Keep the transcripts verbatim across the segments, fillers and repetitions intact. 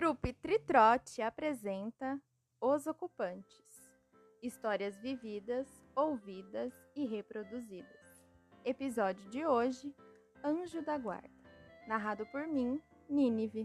Trupe Tritrote apresenta Os Ocupantes. Histórias vividas, ouvidas e reproduzidas. Episódio de hoje, Anjo da Guarda. Narrado por mim, Nínive.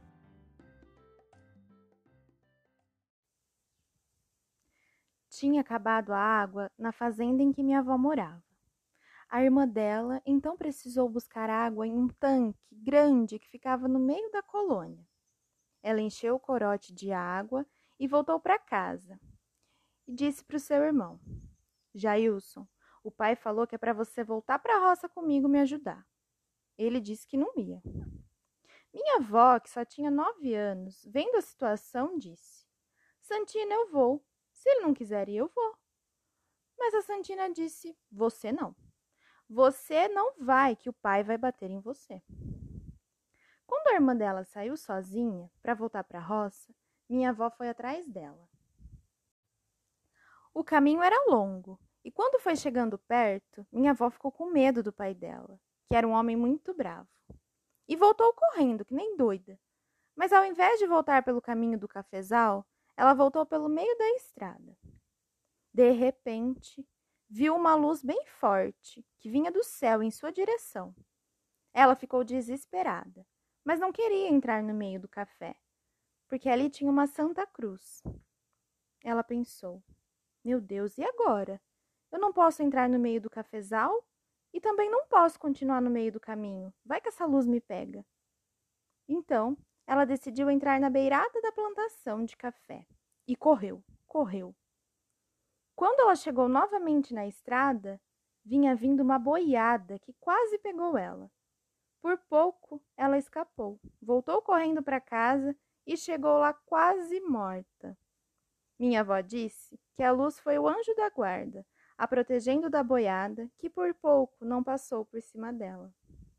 Tinha acabado a água na fazenda em que minha avó morava. A irmã dela então precisou buscar água em um tanque grande que ficava no meio da colônia. Ela encheu o corote de água e voltou para casa. E disse para o seu irmão: Jailson, o pai falou que é para você voltar para a roça comigo me ajudar. Ele disse que não ia. Minha avó, que só tinha nove anos, vendo a situação, disse: Santina, eu vou. Se ele não quiser ir, eu vou. Mas a Santina disse: Você não. Você não vai, que o pai vai bater em você. Quando a irmã dela saiu sozinha para voltar para a roça, minha avó foi atrás dela. O caminho era longo, e quando foi chegando perto, minha avó ficou com medo do pai dela, que era um homem muito bravo, e voltou correndo, que nem doida. Mas ao invés de voltar pelo caminho do cafezal, ela voltou pelo meio da estrada. De repente, viu uma luz bem forte, que vinha do céu em sua direção. Ela ficou desesperada, mas não queria entrar no meio do café, porque ali tinha uma Santa Cruz. Ela pensou: meu Deus, e agora? Eu não posso entrar no meio do cafezal e também não posso continuar no meio do caminho. Vai que essa luz me pega. Então, ela decidiu entrar na beirada da plantação de café e correu, correu. Quando ela chegou novamente na estrada, vinha vindo uma boiada que quase pegou ela. Por pouco, ela escapou, voltou correndo para casa e chegou lá quase morta. Minha avó disse que a luz foi o anjo da guarda, a protegendo da boiada, que por pouco não passou por cima dela.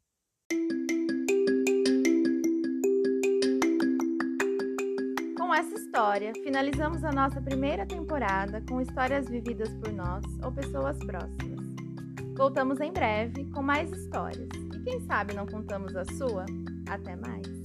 Com essa história, finalizamos a nossa primeira temporada com histórias vividas por nós ou pessoas próximas. Voltamos em breve com mais histórias. E quem sabe não contamos a sua? Até mais!